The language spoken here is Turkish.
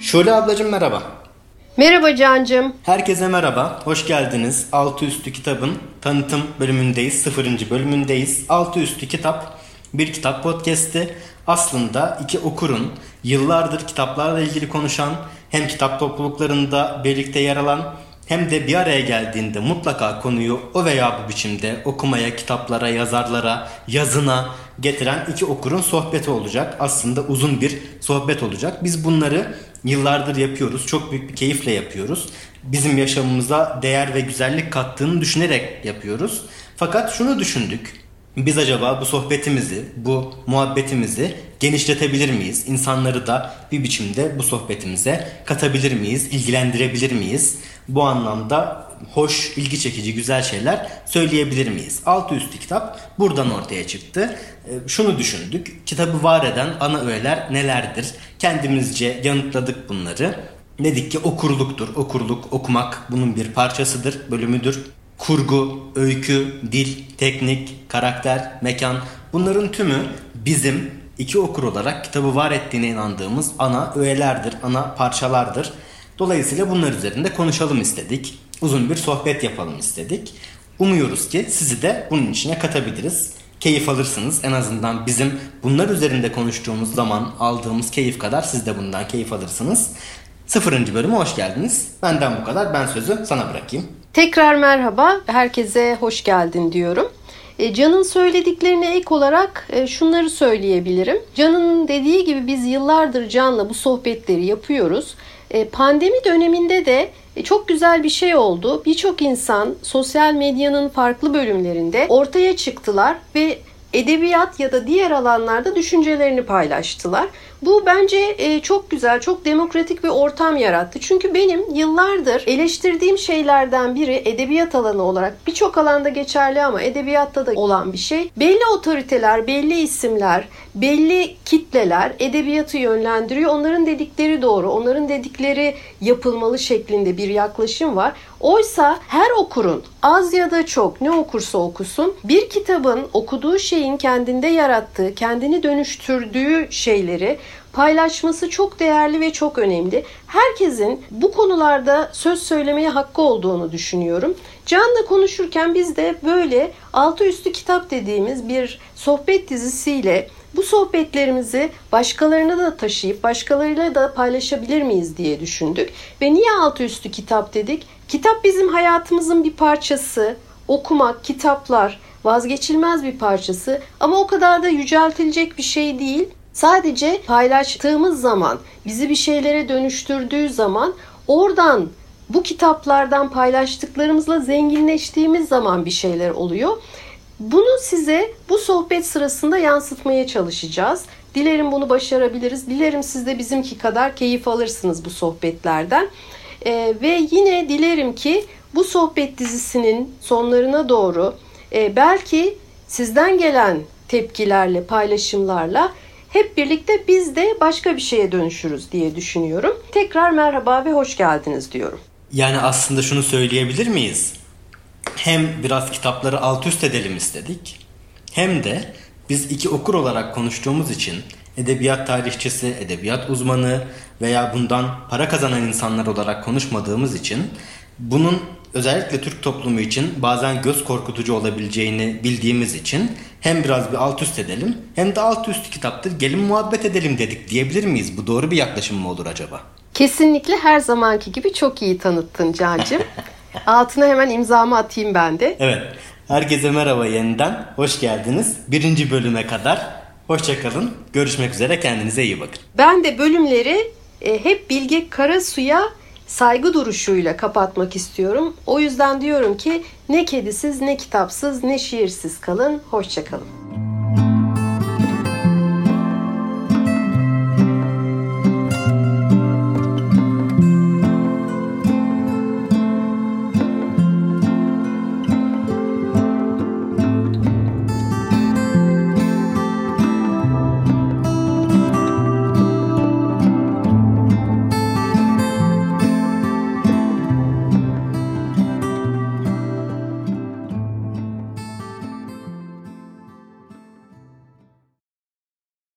Şule ablacığım merhaba. Merhaba Cancım. Herkese merhaba, hoş geldiniz. Altı Üstü Kitabın tanıtım bölümündeyiz, 0. bölümündeyiz. Altı Üstü Kitap, bir kitap podcast'i. Aslında iki okurun yıllardır kitaplarla ilgili konuşan, hem kitap topluluklarında birlikte yer alan, hem de bir araya geldiğinde mutlaka konuyu o veya bu biçimde okumaya, kitaplara, yazarlara, yazına getiren iki okurun sohbeti olacak. Aslında uzun bir sohbet olacak. Biz bunları yıllardır yapıyoruz. Çok büyük bir keyifle yapıyoruz. Bizim yaşamımıza değer ve güzellik kattığını düşünerek yapıyoruz. Fakat şunu düşündük. Biz acaba bu sohbetimizi, bu muhabbetimizi genişletebilir miyiz? İnsanları da bir biçimde bu sohbetimize katabilir miyiz? İlgilendirebilir miyiz? Bu anlamda hoş, ilgi çekici, güzel şeyler söyleyebilir miyiz? Altı Üstü Kitap buradan ortaya çıktı. Şunu düşündük. Kitabı var eden ana öğeler nelerdir? Kendimizce yanıtladık bunları. Dedik ki okurluktur. Okurluk, okumak bunun bir parçasıdır, bölümüdür. Kurgu, öykü, dil, teknik, karakter, mekan, bunların tümü bizim iki okur olarak kitabı var ettiğine inandığımız ana öğelerdir, ana parçalardır. Dolayısıyla bunlar üzerinde konuşalım istedik. Uzun bir sohbet yapalım istedik. Umuyoruz ki sizi de bunun içine katabiliriz. Keyif alırsınız. En azından bizim bunlar üzerinde konuştuğumuz zaman aldığımız keyif kadar siz de bundan keyif alırsınız. 0. bölüme hoş geldiniz. Benden bu kadar. Ben sözü sana bırakayım. Tekrar merhaba. Herkese hoş geldin diyorum. Can'ın söylediklerine ek olarak şunları söyleyebilirim. Can'ın dediği gibi biz yıllardır Can'la bu sohbetleri yapıyoruz. Pandemi döneminde de çok güzel bir şey oldu. Birçok insan sosyal medyanın farklı bölümlerinde ortaya çıktılar ve edebiyat ya da diğer alanlarda düşüncelerini paylaştılar. Bu bence çok güzel, çok demokratik bir ortam yarattı. Çünkü benim yıllardır eleştirdiğim şeylerden biri edebiyat alanı olarak, birçok alanda geçerli ama edebiyatta da olan bir şey. Belli otoriteler, belli isimler, belli kitleler edebiyatı yönlendiriyor. Onların dedikleri doğru, onların dedikleri yapılmalı şeklinde bir yaklaşım var. Oysa her okurun az ya da çok ne okursa okusun bir kitabın okuduğu şeyin kendinde yarattığı, kendini dönüştürdüğü şeyleri paylaşması çok değerli ve çok önemli. Herkesin bu konularda söz söylemeye hakkı olduğunu düşünüyorum. Can'la konuşurken biz de böyle altı üstü kitap dediğimiz bir sohbet dizisiyle bu sohbetlerimizi başkalarına da taşıyıp başkalarıyla da paylaşabilir miyiz diye düşündük. Ve niye altı üstü kitap dedik? Kitap bizim hayatımızın bir parçası. Okumak, kitaplar vazgeçilmez bir parçası ama o kadar da yüceltilecek bir şey değil. Sadece paylaştığımız zaman, bizi bir şeylere dönüştürdüğü zaman oradan bu kitaplardan paylaştıklarımızla zenginleştiğimiz zaman bir şeyler oluyor. Bunu size bu sohbet sırasında yansıtmaya çalışacağız. Dilerim bunu başarabiliriz. Dilerim siz de bizimki kadar keyif alırsınız bu sohbetlerden. Ve yine dilerim ki bu sohbet dizisinin sonlarına doğru belki sizden gelen tepkilerle, paylaşımlarla hep birlikte biz de başka bir şeye dönüşürüz diye düşünüyorum. Tekrar merhaba ve hoş geldiniz diyorum. Yani aslında şunu söyleyebilir miyiz? Hem biraz kitapları alt üst edelim istedik. Hem de biz iki okur olarak konuştuğumuz için edebiyat tarihçisi, edebiyat uzmanı veya bundan para kazanan insanlar olarak konuşmadığımız için bunun özellikle Türk toplumu için bazen göz korkutucu olabileceğini bildiğimiz için hem biraz bir alt üst edelim hem de alt üstü kitaptır gelin muhabbet edelim dedik diyebilir miyiz? Bu doğru bir yaklaşım mı olur acaba? Kesinlikle her zamanki gibi çok iyi tanıttın Can'cığım. Altına hemen imzamı atayım ben de. Evet. Herkese merhaba yeniden. Hoş geldiniz. 1. bölüme kadar. Hoşça kalın. Görüşmek üzere. Kendinize iyi bakın. Ben de bölümleri hep Bilge Karasu'ya saygı duruşuyla kapatmak istiyorum. O yüzden diyorum ki ne kedisiz, ne kitapsız, ne şiirsiz kalın. Hoşça kalın.